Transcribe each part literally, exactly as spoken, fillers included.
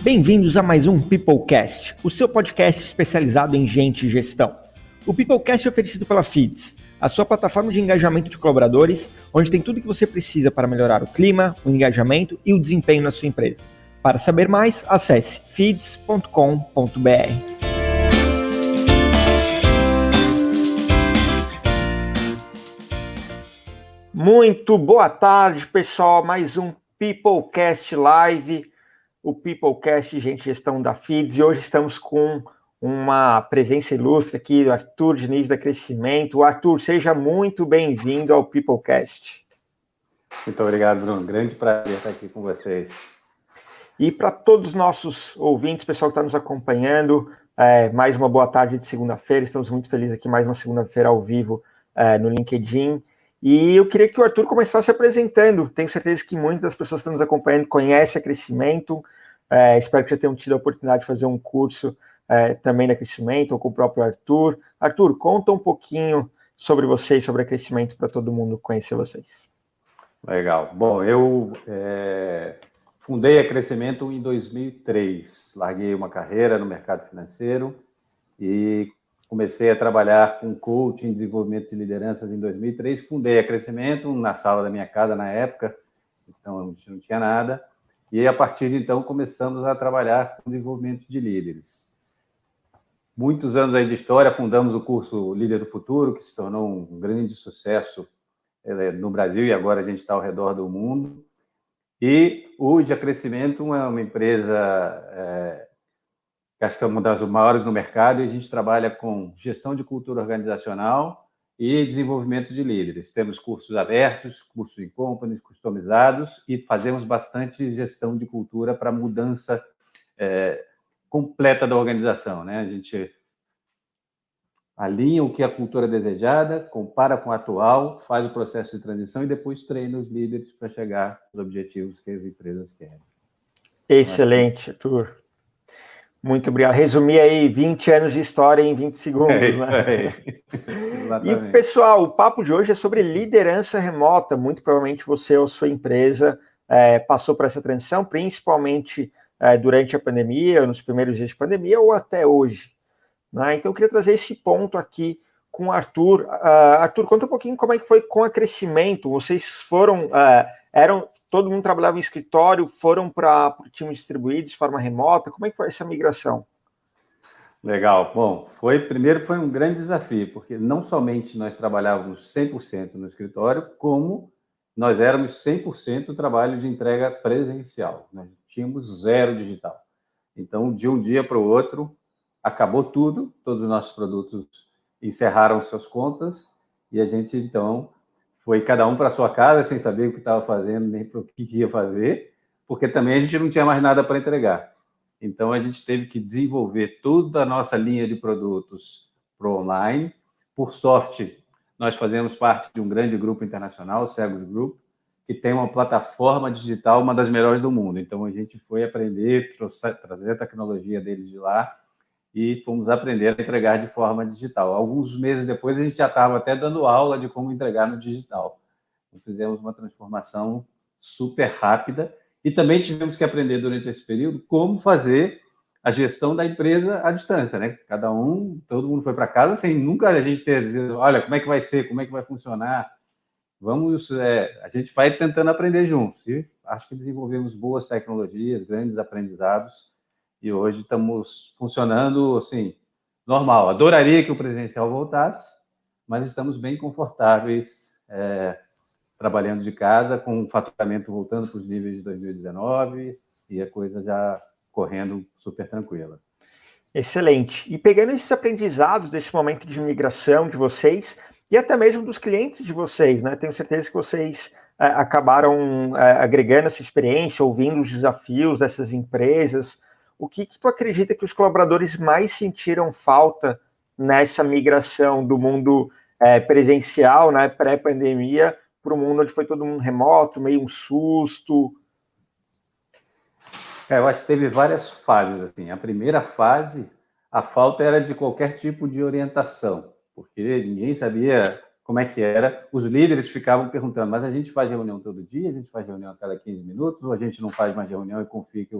Bem-vindos a mais um PeopleCast, o seu podcast especializado em gente e gestão. O PeopleCast é oferecido pela Feeds, a sua plataforma de engajamento de colaboradores, onde tem tudo o que você precisa para melhorar o clima, o engajamento e o desempenho na sua empresa. Para saber mais, acesse feeds ponto com ponto b r. Muito boa tarde, pessoal. Mais um PeopleCast Live, o PeopleCast Gente Gestão da Feeds, e hoje estamos com uma presença ilustre aqui do Arthur Diniz da Crescimento. Arthur, seja muito bem-vindo ao PeopleCast. Muito obrigado, Bruno. Grande prazer estar aqui com vocês. E para todos os nossos ouvintes, pessoal que está nos acompanhando, é, mais uma boa tarde de segunda-feira. Estamos muito felizes aqui, mais uma segunda-feira ao vivo é, no LinkedIn. E eu queria que o Arthur começasse se apresentando. Tenho certeza que muitas das pessoas que estão nos acompanhando conhecem a Crescimento. É, espero que já tenham tido a oportunidade de fazer um curso é, também da Crescimento, ou com o próprio Arthur. Arthur, conta um pouquinho sobre vocês, sobre a Crescimento, para todo mundo conhecer vocês. Legal. Bom, eu é, fundei a Crescimento em dois mil e três. Larguei uma carreira no mercado financeiro e comecei a trabalhar com coaching, desenvolvimento de lideranças em dois mil e três. Fundei a Crescimento na sala da minha casa na época, então a gente não tinha nada. E a partir de então começamos a trabalhar com desenvolvimento de líderes. Muitos anos aí de história, fundamos o curso Líder do Futuro, que se tornou um grande sucesso no Brasil e agora a gente está ao redor do mundo. E hoje a Crescimento é uma empresa é, que acho que é uma das maiores no mercado, e a gente trabalha com gestão de cultura organizacional e desenvolvimento de líderes. Temos cursos abertos, cursos em company, customizados, e fazemos bastante gestão de cultura para mudança é, completa da organização, né? A gente alinha o que é a cultura desejada, compara com a atual, faz o processo de transição e depois treina os líderes para chegar aos objetivos que as empresas querem. Excelente, Arthur. Muito obrigado. Resumi aí vinte anos de história em vinte segundos, é isso né? Aí. E, pessoal, o papo de hoje é sobre liderança remota. Muito provavelmente você ou sua empresa é, passou por essa transição, principalmente é, durante a pandemia, nos primeiros dias de pandemia ou até hoje, né? Então, eu queria trazer esse ponto aqui com o Arthur. Uh, Arthur, conta um pouquinho como é que foi com a Crescimento. Vocês foram... Uh, Eram, todo mundo trabalhava em escritório, foram para times distribuídos de forma remota. Como é que foi essa migração? Legal. Bom, foi, primeiro foi um grande desafio, porque não somente nós trabalhávamos cem por cento no escritório, como nós éramos cem por cento trabalho de entrega presencial. Nós tínhamos zero digital. Então, de um dia para o outro, acabou tudo, todos os nossos produtos encerraram suas contas, e a gente, então... foi cada um para a sua casa, sem saber o que estava fazendo, nem para o que ia fazer, porque também a gente não tinha mais nada para entregar. Então, a gente teve que desenvolver toda a nossa linha de produtos para o online. Por sorte, nós fazemos parte de um grande grupo internacional, o Cegus Group, que tem uma plataforma digital, uma das melhores do mundo. Então, a gente foi aprender, trazer a tecnologia deles de lá, e fomos aprender a entregar de forma digital. Alguns meses depois, a gente já estava até dando aula de como entregar no digital. Então, fizemos uma transformação super rápida e também tivemos que aprender durante esse período como fazer a gestão da empresa à distância, né? Cada um, todo mundo foi para casa sem nunca a gente ter dito, olha, como é que vai ser, como é que vai funcionar. Vamos, é, a gente vai tentando aprender juntos. E acho que desenvolvemos boas tecnologias, grandes aprendizados. E hoje estamos funcionando, assim, normal. Adoraria que o presencial voltasse, mas estamos bem confortáveis, é, trabalhando de casa, com o faturamento voltando para os níveis de dois mil e dezenove e a coisa já correndo super tranquila. Excelente. E pegando esses aprendizados desse momento de migração de vocês, e até mesmo dos clientes de vocês, né? Tenho certeza que vocês é, acabaram é, agregando essa experiência, ouvindo os desafios dessas empresas. O que, que tu acredita que os colaboradores mais sentiram falta nessa migração do mundo é, presencial, né, pré-pandemia, para o mundo onde foi todo mundo remoto, meio um susto? É, eu acho que teve várias fases. Assim. A primeira fase, a falta era de qualquer tipo de orientação, porque ninguém sabia como é que era. Os líderes ficavam perguntando, mas a gente faz reunião todo dia, a gente faz reunião a cada quinze minutos, ou a gente não faz mais reunião e confia que o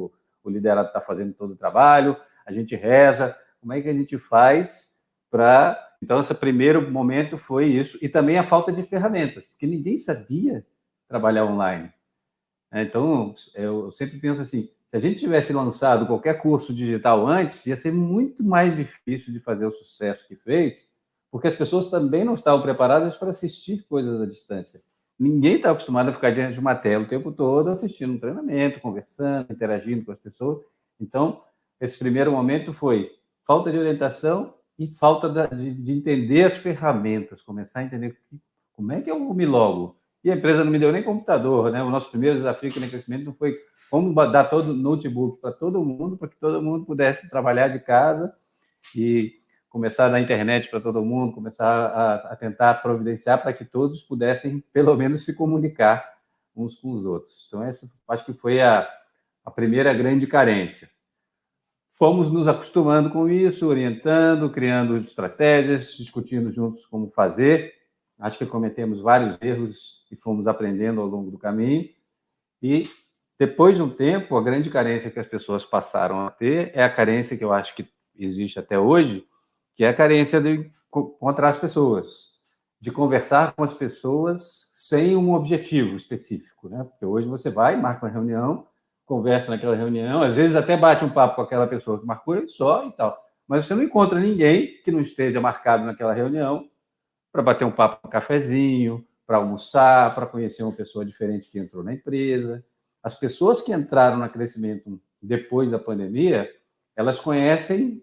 o liderado está fazendo todo o trabalho, a gente reza, como é que a gente faz para... Então, esse primeiro momento foi isso, e também a falta de ferramentas, porque ninguém sabia trabalhar online. Então, eu sempre penso assim, se a gente tivesse lançado qualquer curso digital antes, ia ser muito mais difícil de fazer o sucesso que fez, porque as pessoas também não estavam preparadas para assistir coisas à distância. Ninguém está acostumado a ficar diante de uma tela o tempo todo, assistindo um treinamento, conversando, interagindo com as pessoas. Então, esse primeiro momento foi falta de orientação e falta de, de entender as ferramentas, começar a entender como é que eu me logo. E a empresa não me deu nem computador, né? O nosso primeiro desafio aqui no crescimento não foi como dar todo notebook para todo mundo, para que todo mundo pudesse trabalhar de casa e começar na internet para todo mundo, começar a, a tentar providenciar para que todos pudessem, pelo menos, se comunicar uns com os outros. Então, essa acho que foi a, a primeira grande carência. Fomos nos acostumando com isso, orientando, criando estratégias, discutindo juntos como fazer. Acho que cometemos vários erros e fomos aprendendo ao longo do caminho. E, depois de um tempo, a grande carência que as pessoas passaram a ter é a carência que eu acho que existe até hoje, que é a carência de encontrar as pessoas, de conversar com as pessoas sem um objetivo específico, né? Porque hoje você vai, marca uma reunião, conversa naquela reunião, às vezes até bate um papo com aquela pessoa que marcou e só e tal, mas você não encontra ninguém que não esteja marcado naquela reunião para bater um papo com um cafezinho, para almoçar, para conhecer uma pessoa diferente que entrou na empresa. As pessoas que entraram no crescimento depois da pandemia, elas conhecem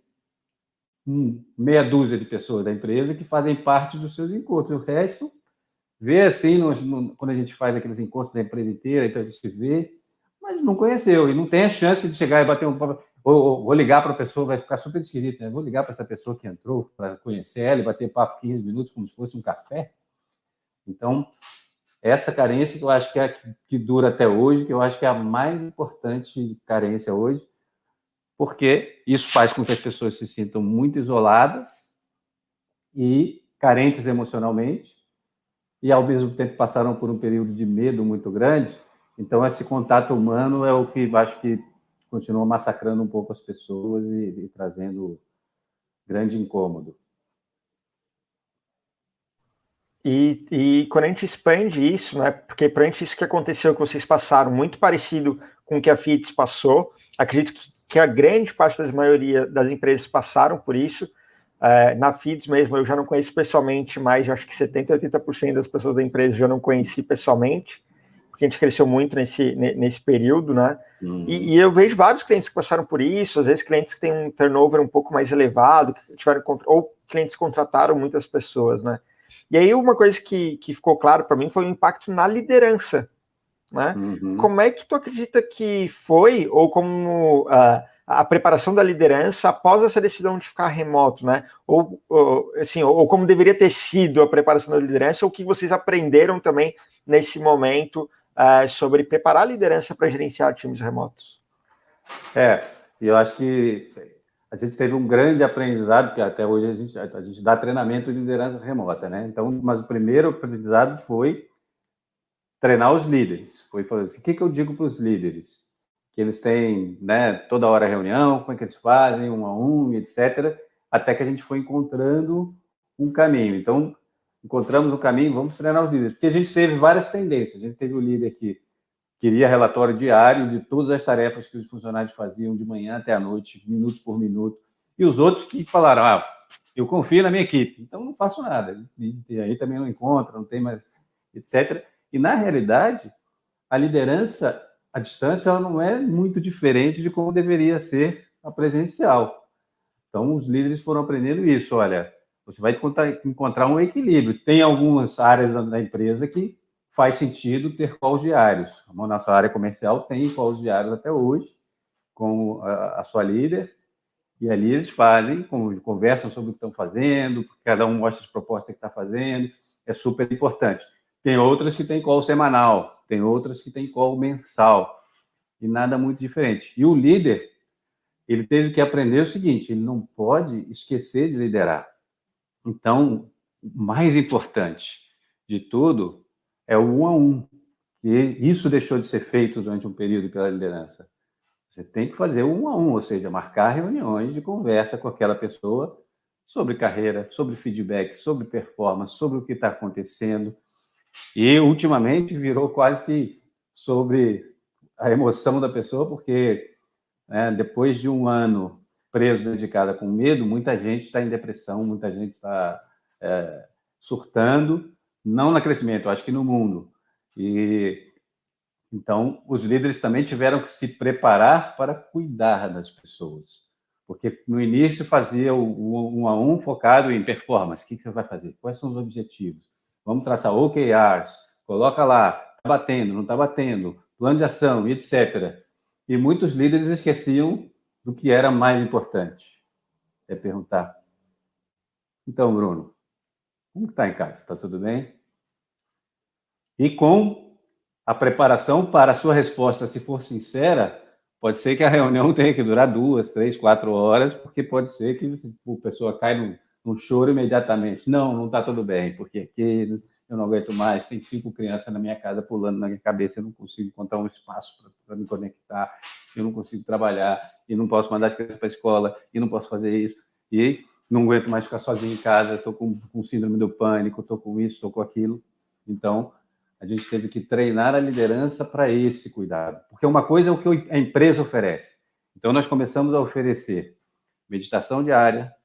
meia dúzia de pessoas da empresa que fazem parte dos seus encontros. O resto, vê assim, no, no, quando a gente faz aqueles encontros da empresa inteira, então a gente vê, mas não conheceu, e não tem a chance de chegar e bater um papo, ou, ou vou ligar para a pessoa, vai ficar super esquisito, né? Vou ligar para essa pessoa que entrou, para conhecer ela e bater papo quinze minutos como se fosse um café. Então, essa carência que eu acho que é a que, que dura até hoje, que eu acho que é a mais importante carência hoje, porque isso faz com que as pessoas se sintam muito isoladas e carentes emocionalmente, e ao mesmo tempo passaram por um período de medo muito grande. Então, esse contato humano é o que acho que continua massacrando um pouco as pessoas e, e trazendo grande incômodo. E, e quando a gente expande isso, né, porque para a gente isso que aconteceu, que vocês passaram, muito parecido com o que a Fits passou, acredito que, que a grande parte das maioria das empresas passaram por isso. É, na Fits mesmo, eu já não conheço pessoalmente, mas acho que setenta, oitenta por cento das pessoas da empresa eu já não conheci pessoalmente, porque a gente cresceu muito nesse, nesse período, né? Hum. E, e eu vejo vários clientes que passaram por isso, às vezes clientes que têm um turnover um pouco mais elevado, que tiveram, ou clientes que contrataram muitas pessoas, né? E aí uma coisa que, que ficou claro para mim foi o impacto na liderança, né? Uhum. Como é que tu acredita que foi, ou como uh, a preparação da liderança após essa decisão de ficar remoto, né? Ou, ou assim, ou, ou como deveria ter sido a preparação da liderança, ou o que vocês aprenderam também nesse momento uh, sobre preparar a liderança para gerenciar times remotos? É, eu acho que a gente teve um grande aprendizado, que até hoje a gente, a gente dá treinamento de liderança remota, né? Então, mas o primeiro aprendizado foi treinar os líderes. Foi, foi, o que, que eu digo para os líderes? Que eles têm, né, toda hora reunião, como é que eles fazem, um a um, etcétera, até que a gente foi encontrando um caminho. Então, encontramos um caminho, vamos treinar os líderes. Porque a gente teve várias tendências. A gente teve o líder que queria relatório diário de todas as tarefas que os funcionários faziam de manhã até à noite, minuto por minuto. E os outros que falaram, ah, eu confio na minha equipe, então não faço nada. E aí também não encontra, não tem mais, etcétera. E, na realidade, a liderança à distância ela não é muito diferente de como deveria ser a presencial. Então, os líderes foram aprendendo isso. Olha, você vai encontrar um equilíbrio. Tem algumas áreas da empresa que faz sentido ter calls diários. A nossa área comercial tem calls diários até hoje, com a, a sua líder, e ali eles fazem, conversam sobre o que estão fazendo, cada um mostra as propostas que está fazendo, é super importante. Tem outras que têm call semanal, tem outras que têm call mensal, e nada muito diferente. E o líder, ele teve que aprender o seguinte, ele não pode esquecer de liderar. Então, o mais importante de tudo é o um a um. E isso deixou de ser feito durante um período pela liderança. Você tem que fazer um a um, ou seja, marcar reuniões de conversa com aquela pessoa sobre carreira, sobre feedback, sobre performance, sobre o que está acontecendo. E, ultimamente, virou quase que sobre a emoção da pessoa, porque, né, depois de um ano preso dentro de casa com medo, muita gente está em depressão, muita gente está é, surtando, não no crescimento, acho que no mundo. E então, os líderes também tiveram que se preparar para cuidar das pessoas. Porque no início fazia o um a um focado em performance. O que você vai fazer? Quais são os objetivos? Vamos traçar O K Rs, coloca lá, está batendo, não está batendo, plano de ação, etcétera. E muitos líderes esqueciam do que era mais importante. É perguntar: então, Bruno, como está em casa? Está tudo bem? E com a preparação para a sua resposta, se for sincera, pode ser que a reunião tenha que durar duas, três, quatro horas, porque pode ser que a pessoa caia num, num choro imediatamente. Não, não está tudo bem, porque aqui eu não aguento mais, tem cinco crianças na minha casa pulando na minha cabeça, eu não consigo encontrar um espaço para me conectar, eu não consigo trabalhar, e não posso mandar as crianças para a escola, e não posso fazer isso, e não aguento mais ficar sozinho em casa, estou com, com síndrome do pânico, estou com isso, estou com aquilo. Então, a gente teve que treinar a liderança para esse cuidado. Porque uma coisa é o que a empresa oferece. Então, nós começamos a oferecer meditação diária,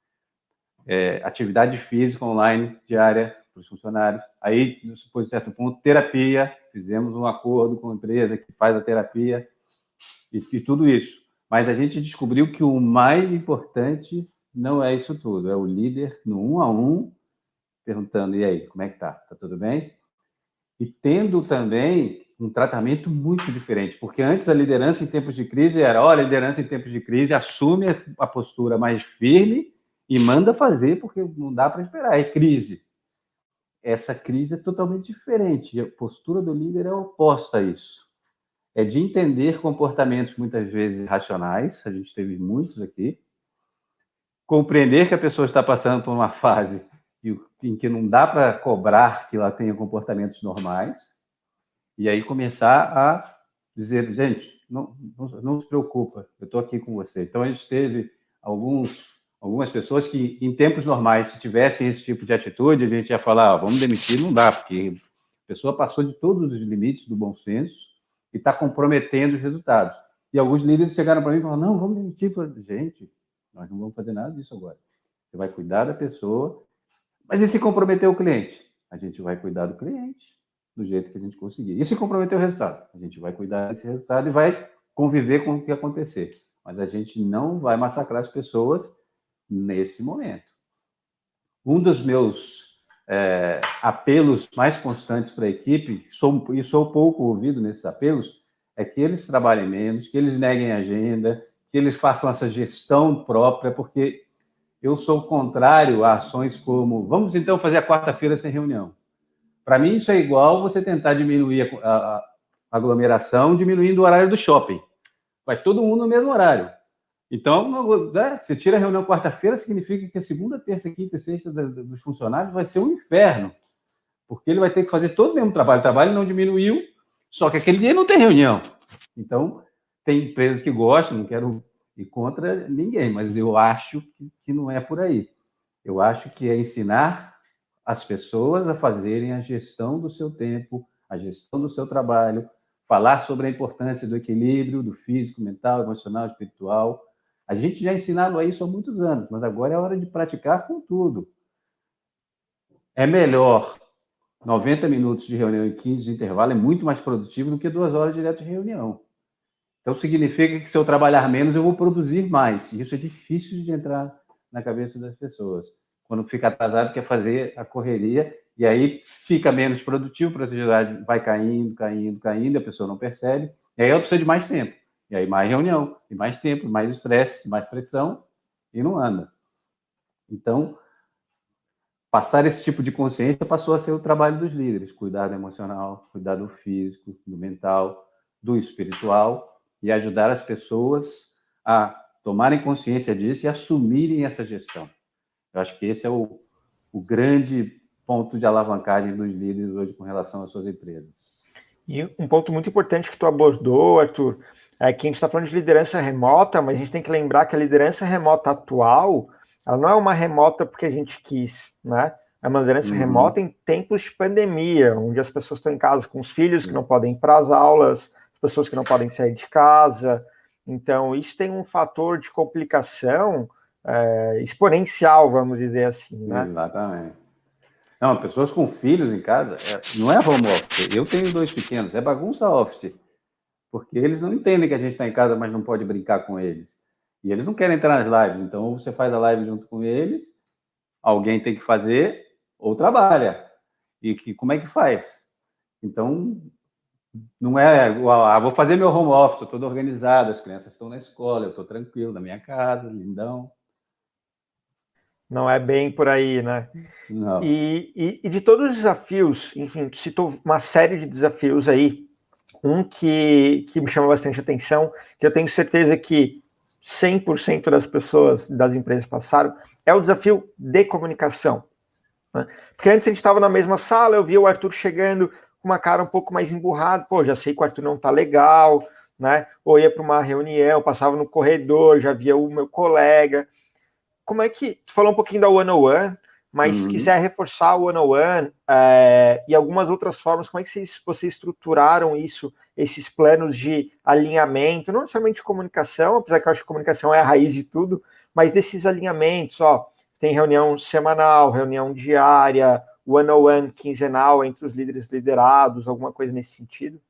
é, atividade física online diária para os funcionários. Aí, depois de certo ponto, terapia. Fizemos um acordo com a empresa que faz a terapia e, e tudo isso. Mas a gente descobriu que o mais importante não é isso tudo. É o líder no um a um, perguntando: e aí, como é que tá? Tá tudo bem? E tendo também um tratamento muito diferente, porque antes a liderança em tempos de crise era: olha, a liderança em tempos de crise assume a postura mais firme e manda fazer, porque não dá para esperar, é crise. Essa crise é totalmente diferente, a postura do líder é oposta a isso. É de entender comportamentos muitas vezes irracionais, a gente teve muitos aqui, compreender que a pessoa está passando por uma fase em que não dá para cobrar que ela tenha comportamentos normais, e aí começar a dizer: gente, não, não, não se preocupa, eu estou aqui com você. Então, a gente teve alguns, algumas pessoas que, em tempos normais, se tivessem esse tipo de atitude, a gente ia falar: ah, vamos demitir, não dá, porque a pessoa passou de todos os limites do bom senso e está comprometendo os resultados. E alguns líderes chegaram para mim e falaram: não, vamos demitir. Gente, nós não vamos fazer nada disso agora. Você vai cuidar da pessoa. Mas e se comprometer o cliente? A gente vai cuidar do cliente do jeito que a gente conseguir. E se comprometer o resultado? A gente vai cuidar desse resultado e vai conviver com o que acontecer. Mas a gente não vai massacrar as pessoas nesse momento. Um dos meus é, apelos mais constantes para a equipe, sou, e sou pouco ouvido nesses apelos, é que eles trabalhem menos, que eles neguem a agenda, que eles façam essa gestão própria, porque eu sou contrário a ações como: vamos então fazer a quarta-feira sem reunião. Para mim, isso é igual você tentar diminuir a, a, a aglomeração diminuindo o horário do shopping. Vai todo mundo no mesmo horário. Então, não, né, você tira a reunião quarta-feira, significa que a segunda, terça, quinta e sexta dos funcionários vai ser um inferno. Porque ele vai ter que fazer todo o mesmo trabalho. O trabalho não diminuiu, só que aquele dia não tem reunião. Então, tem empresas que gostam, não quero ir contra ninguém, mas eu acho que, que não é por aí. Eu acho que é ensinar as pessoas a fazerem a gestão do seu tempo, a gestão do seu trabalho, falar sobre a importância do equilíbrio, do físico, mental, emocional, espiritual. A gente já ensinava isso há muitos anos, mas agora é hora de praticar com tudo. É melhor noventa minutos de reunião e quinze de intervalo, é muito mais produtivo do que duas horas direto de reunião. Então, significa que se eu trabalhar menos, eu vou produzir mais. E isso é difícil de entrar na cabeça das pessoas. Quando fica atrasado, quer fazer a correria, e aí fica menos produtivo, a produtividade vai caindo, caindo, caindo, a pessoa não percebe, e aí ela precisa de mais tempo. E aí mais reunião, e mais tempo, mais estresse, mais pressão, e não anda. Então, passar esse tipo de consciência passou a ser o trabalho dos líderes: cuidar do emocional, cuidar do físico, do mental, do espiritual, e ajudar as pessoas a tomarem consciência disso e assumirem essa gestão. Eu acho que esse é o, o grande ponto de alavancagem dos líderes hoje com relação às suas empresas. E um ponto muito importante que tu abordou, Arthur, é que a gente está falando de liderança remota, mas a gente tem que lembrar que a liderança remota atual, ela não é uma remota porque a gente quis, né? É uma liderança uhum. remota em tempos de pandemia, onde as pessoas estão em casa com os filhos que não podem ir para as aulas, as pessoas que não podem sair de casa. Então, isso tem um fator de complicação é, exponencial, vamos dizer assim, né? Exatamente. Não, pessoas com filhos em casa, é, não é home office. Eu tenho dois pequenos, é bagunça office. Porque eles não entendem que a gente está em casa, mas não pode brincar com eles. E eles não querem entrar nas lives. Então, você faz a live junto com eles, alguém tem que fazer, ou trabalha. E que, como é que faz? Então, não é, ah, vou fazer meu home office, estou todo organizado, as crianças estão na escola, eu estou tranquilo, na minha casa, lindão. Não é bem por aí, né? Não. E, e, e de todos os desafios, enfim, citou uma série de desafios aí, um que, que me chama bastante atenção, que eu tenho certeza que cem por cento das pessoas das empresas passaram, é o desafio de comunicação. Né? Porque antes a gente estava na mesma sala, eu via o Arthur chegando com uma cara um pouco mais emburrada, pô, já sei que o Arthur não tá legal, né? Ou ia para uma reunião, passava no corredor, já via o meu colega. Como é que... Tu falou um pouquinho da One on One, mas uhum. se quiser reforçar o One on One é, e algumas outras formas, como é que vocês, vocês estruturaram isso, esses planos de alinhamento, não necessariamente de comunicação, apesar que eu acho que comunicação é a raiz de tudo, mas desses alinhamentos, ó, tem reunião semanal, reunião diária, One on One quinzenal entre os líderes liderados, alguma coisa nesse sentido?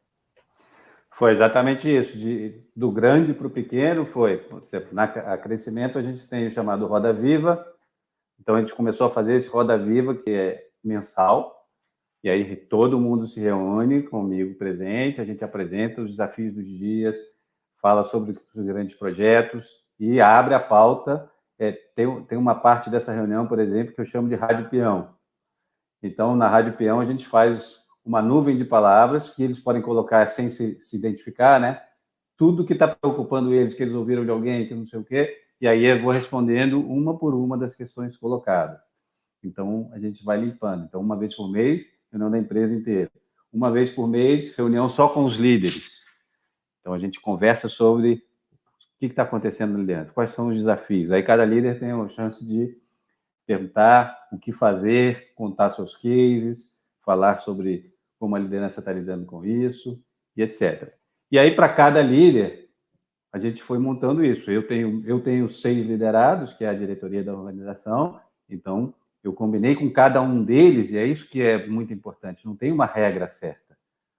Foi exatamente isso, de, do grande para o pequeno, foi, na a crescimento a gente tem o chamado Roda Viva, então a gente começou a fazer esse Roda Viva, que é mensal, e aí todo mundo se reúne comigo presente, a gente apresenta os desafios dos dias, fala sobre os grandes projetos e abre a pauta. É, tem, tem uma parte dessa reunião, por exemplo, que eu chamo de Rádio Peão. Então, na Rádio Peão, a gente faz uma nuvem de palavras que eles podem colocar sem se, se identificar, né? Tudo que está preocupando eles, que eles ouviram de alguém, que não sei o quê, e aí eu vou respondendo uma por uma das questões colocadas. Então, a gente vai limpando. Então, uma vez por mês, reunião da empresa inteira. Uma vez por mês, reunião só com os líderes. Então, a gente conversa sobre o que está acontecendo na liderança, quais são os desafios. Aí, cada líder tem a chance de perguntar o que fazer, contar seus cases, falar sobre como a liderança está lidando com isso, e etcétera. E aí, para cada líder, a gente foi montando isso. Eu tenho, eu tenho seis liderados, que é a diretoria da organização, então eu combinei com cada um deles, e é isso que é muito importante, não tem uma regra certa.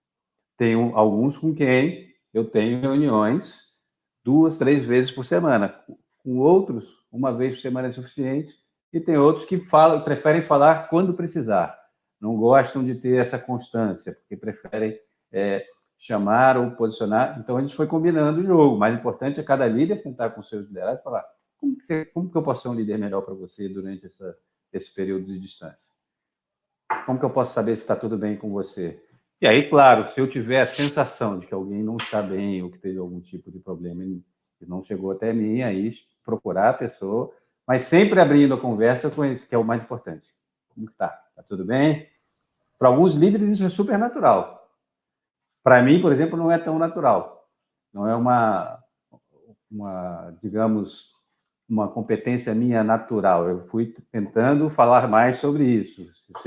Tenho alguns com quem eu tenho reuniões duas, três vezes por semana. Com outros, uma vez por semana é suficiente, e tem outros que falam, preferem falar quando precisar. Não gostam de ter essa constância, porque preferem é, chamar ou posicionar. Então, a gente foi combinando o jogo. O mais importante é cada líder sentar com seus liderados e falar como que, você, como que eu posso ser um líder melhor para você durante essa, esse período de distância? Como que eu posso saber se está tudo bem com você? E aí, claro, se eu tiver a sensação de que alguém não está bem ou que teve algum tipo de problema e não chegou até mim, aí procurar a pessoa, mas sempre abrindo a conversa com isso, que é o mais importante. Como que tá? Tá tudo bem? Para alguns líderes isso é super natural. Para mim, por exemplo, não é tão natural. Não é uma, uma, digamos, uma competência minha natural. Eu fui tentando falar mais sobre isso.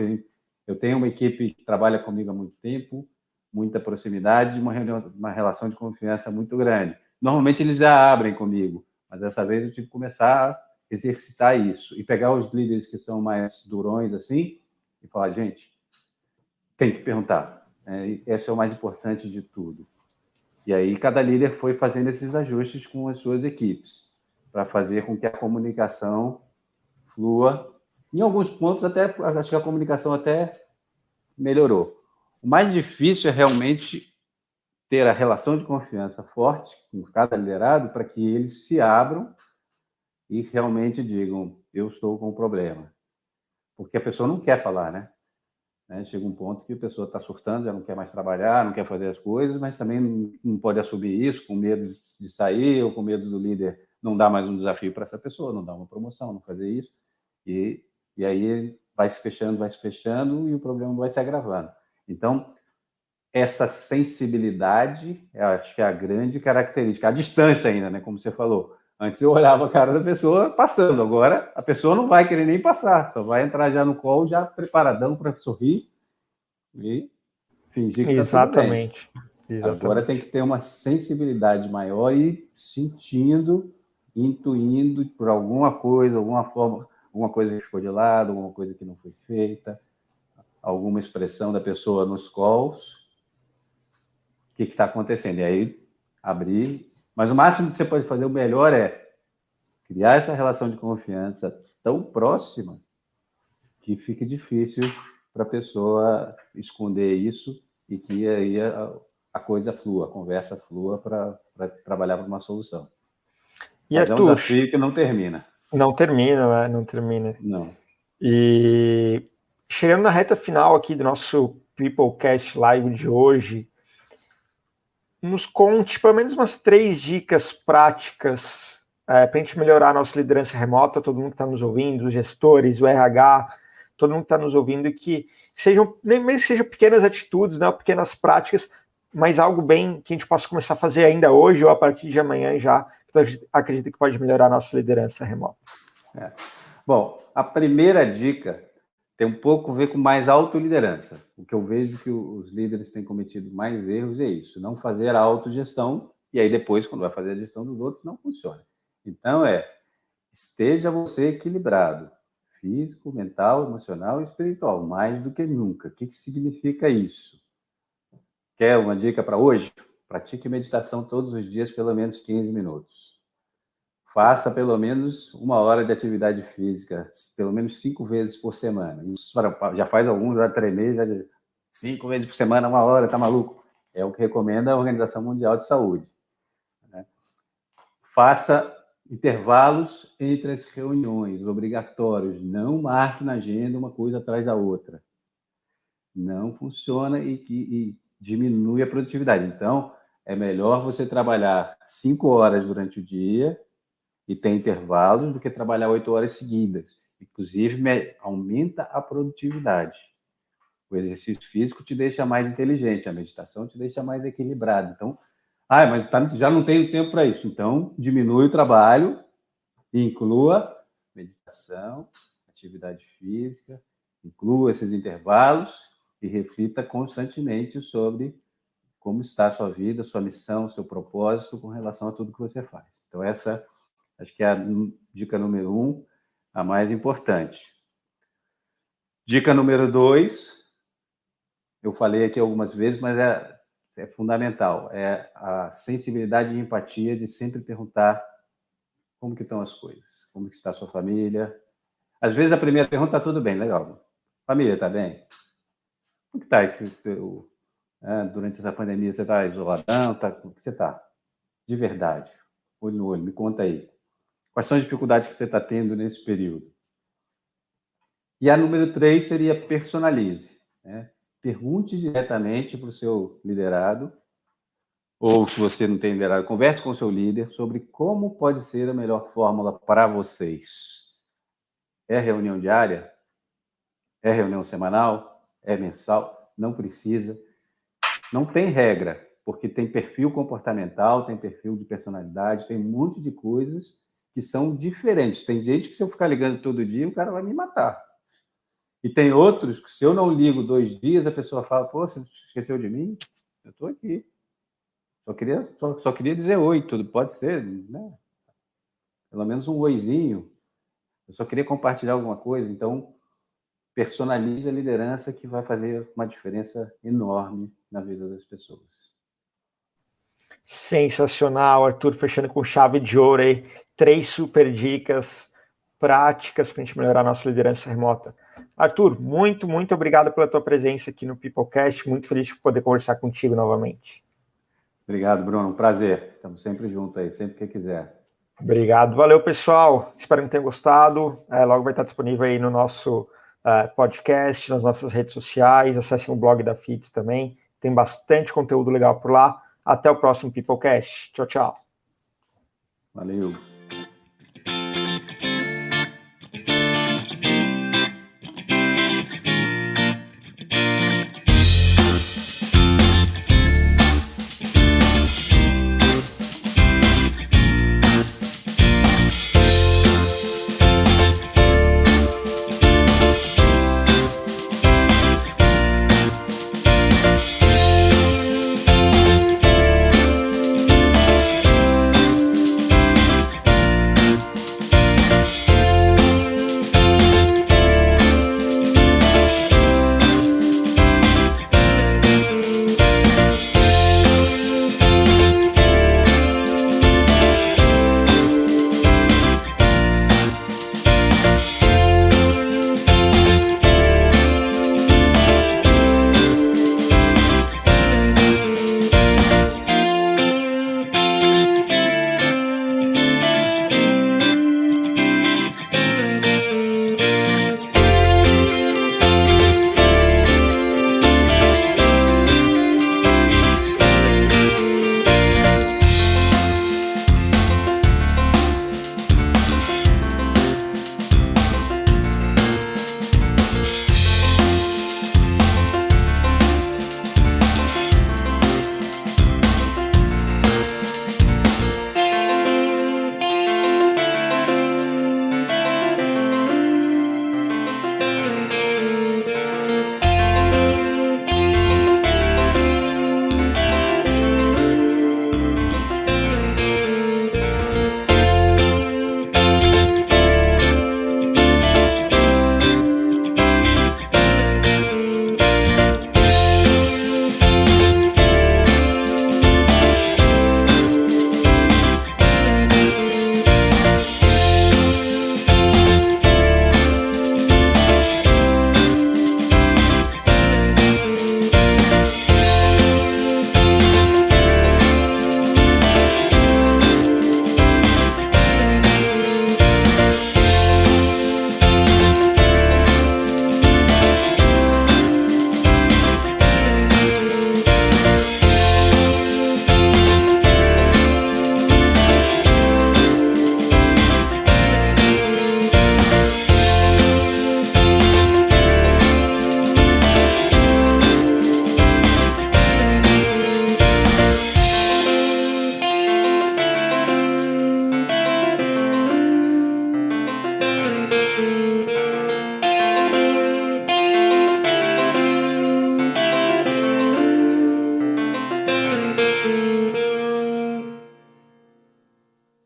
Eu tenho uma equipe que trabalha comigo há muito tempo, muita proximidade, uma, reunião, uma relação de confiança muito grande. Normalmente eles já abrem comigo, mas dessa vez eu tive que começar a exercitar isso e pegar os líderes que são mais durões assim e falar, gente, tem que perguntar. É, esse é o mais importante de tudo. E aí cada líder foi fazendo esses ajustes com as suas equipes para fazer com que a comunicação flua. Em alguns pontos, até acho que a comunicação até melhorou. O mais difícil é realmente ter a relação de confiança forte com cada liderado para que eles se abram e realmente digam, eu estou com um problema. Porque a pessoa não quer falar, né? Chega um ponto que a pessoa está surtando, já não quer mais trabalhar, não quer fazer as coisas, mas também não pode assumir isso com medo de sair ou com medo do líder não dar mais um desafio para essa pessoa, não dar uma promoção, não fazer isso. E, e aí vai se fechando, vai se fechando e o problema vai se agravando. Então, essa sensibilidade, eu acho que é a grande característica. A distância ainda, né? Como você falou. Antes eu olhava a cara da pessoa passando, agora a pessoa não vai querer nem passar, só vai entrar já no call, já preparadão para sorrir e fingir que está tudo bem. Exatamente. Exatamente. Agora tem que ter uma sensibilidade maior e sentindo, intuindo por alguma coisa, alguma forma, alguma coisa que ficou de lado, alguma coisa que não foi feita, alguma expressão da pessoa nos calls. O que está acontecendo? E aí, abrir. Mas o máximo que você pode fazer, o melhor é criar essa relação de confiança tão próxima que fique difícil para a pessoa esconder isso e que aí a, a coisa flua, a conversa flua para trabalhar para uma solução. E Mas Arthur, é um desafio que não termina. Não termina, né? Não termina. Não. E chegando na reta final aqui do nosso Peoplecast Live de hoje, nos conte pelo menos umas três dicas práticas é, para a gente melhorar a nossa liderança remota, todo mundo que está nos ouvindo, os gestores, o R H, todo mundo que está nos ouvindo, e que sejam, nem mesmo que sejam pequenas atitudes, né, pequenas práticas, mas algo bem que a gente possa começar a fazer ainda hoje ou a partir de amanhã já, que eu acredito que pode melhorar a nossa liderança remota. É. Bom, a primeira dica tem um pouco a ver com mais autoliderança. O que eu vejo que os líderes têm cometido mais erros é isso, não fazer a autogestão, e aí depois, quando vai fazer a gestão dos outros, não funciona. Então é, esteja você equilibrado, físico, mental, emocional e espiritual, mais do que nunca. O que, que significa isso? Quer uma dica para hoje? Pratique meditação todos os dias, pelo menos quinze minutos. Faça pelo menos uma hora de atividade física, pelo menos cinco vezes por semana. Isso já faz alguns, já treinei, já de cinco vezes por semana, uma hora, tá maluco? É o que recomenda a Organização Mundial de Saúde. Né? Faça intervalos entre as reuniões, obrigatórios. Não marque na agenda uma coisa atrás da outra. Não funciona e, e, e diminui a produtividade. Então, é melhor você trabalhar cinco horas durante o dia e ter intervalos do que trabalhar oito horas seguidas. Inclusive, aumenta a produtividade. O exercício físico te deixa mais inteligente, a meditação te deixa mais equilibrado. Então, ah, mas tá, já não tenho tempo para isso. Então, diminui o trabalho e inclua meditação, atividade física, inclua esses intervalos e reflita constantemente sobre como está a sua vida, sua missão, seu propósito com relação a tudo que você faz. Então, essa acho que é a dica número um, a mais importante. Dica número dois, eu falei aqui algumas vezes, mas é, é fundamental, é a sensibilidade e empatia de sempre perguntar como que estão as coisas, como que está a sua família. Às vezes a primeira pergunta está tudo bem, legal. Família, está bem? Como que está? Durante essa pandemia você está isoladão? Tá, como que você está? De verdade, olho no olho, me conta aí. Quais são as dificuldades que você está tendo nesse período? E a número três seria personalize. Né? Pergunte diretamente para o seu liderado, ou se você não tem liderado, converse com o seu líder sobre como pode ser a melhor fórmula para vocês. É reunião diária? É reunião semanal? É mensal? Não precisa. Não tem regra, porque tem perfil comportamental, tem perfil de personalidade, tem um monte de coisas que são diferentes. Tem gente que se eu ficar ligando todo dia, o cara vai me matar. E tem outros que se eu não ligo dois dias, a pessoa fala, pô, você esqueceu de mim? Eu estou aqui. Só queria, só, só queria dizer oi, tudo pode ser, né? Pelo menos um oizinho. Eu só queria compartilhar alguma coisa. Então, personalize a liderança que vai fazer uma diferença enorme na vida das pessoas. Sensacional, Arthur, fechando com chave de ouro aí, três super dicas práticas para a gente melhorar a nossa liderança remota. Arthur, muito, muito obrigado pela tua presença aqui no Peoplecast, muito feliz de poder conversar contigo novamente. Obrigado, Bruno, um prazer, estamos sempre juntos aí, sempre que quiser. Obrigado, valeu pessoal, espero que tenham gostado, é, logo vai estar disponível aí no nosso uh, podcast, nas nossas redes sociais, acessem o blog da F I T S também, tem bastante conteúdo legal por lá. Até o próximo Peoplecast. Tchau, tchau. Valeu.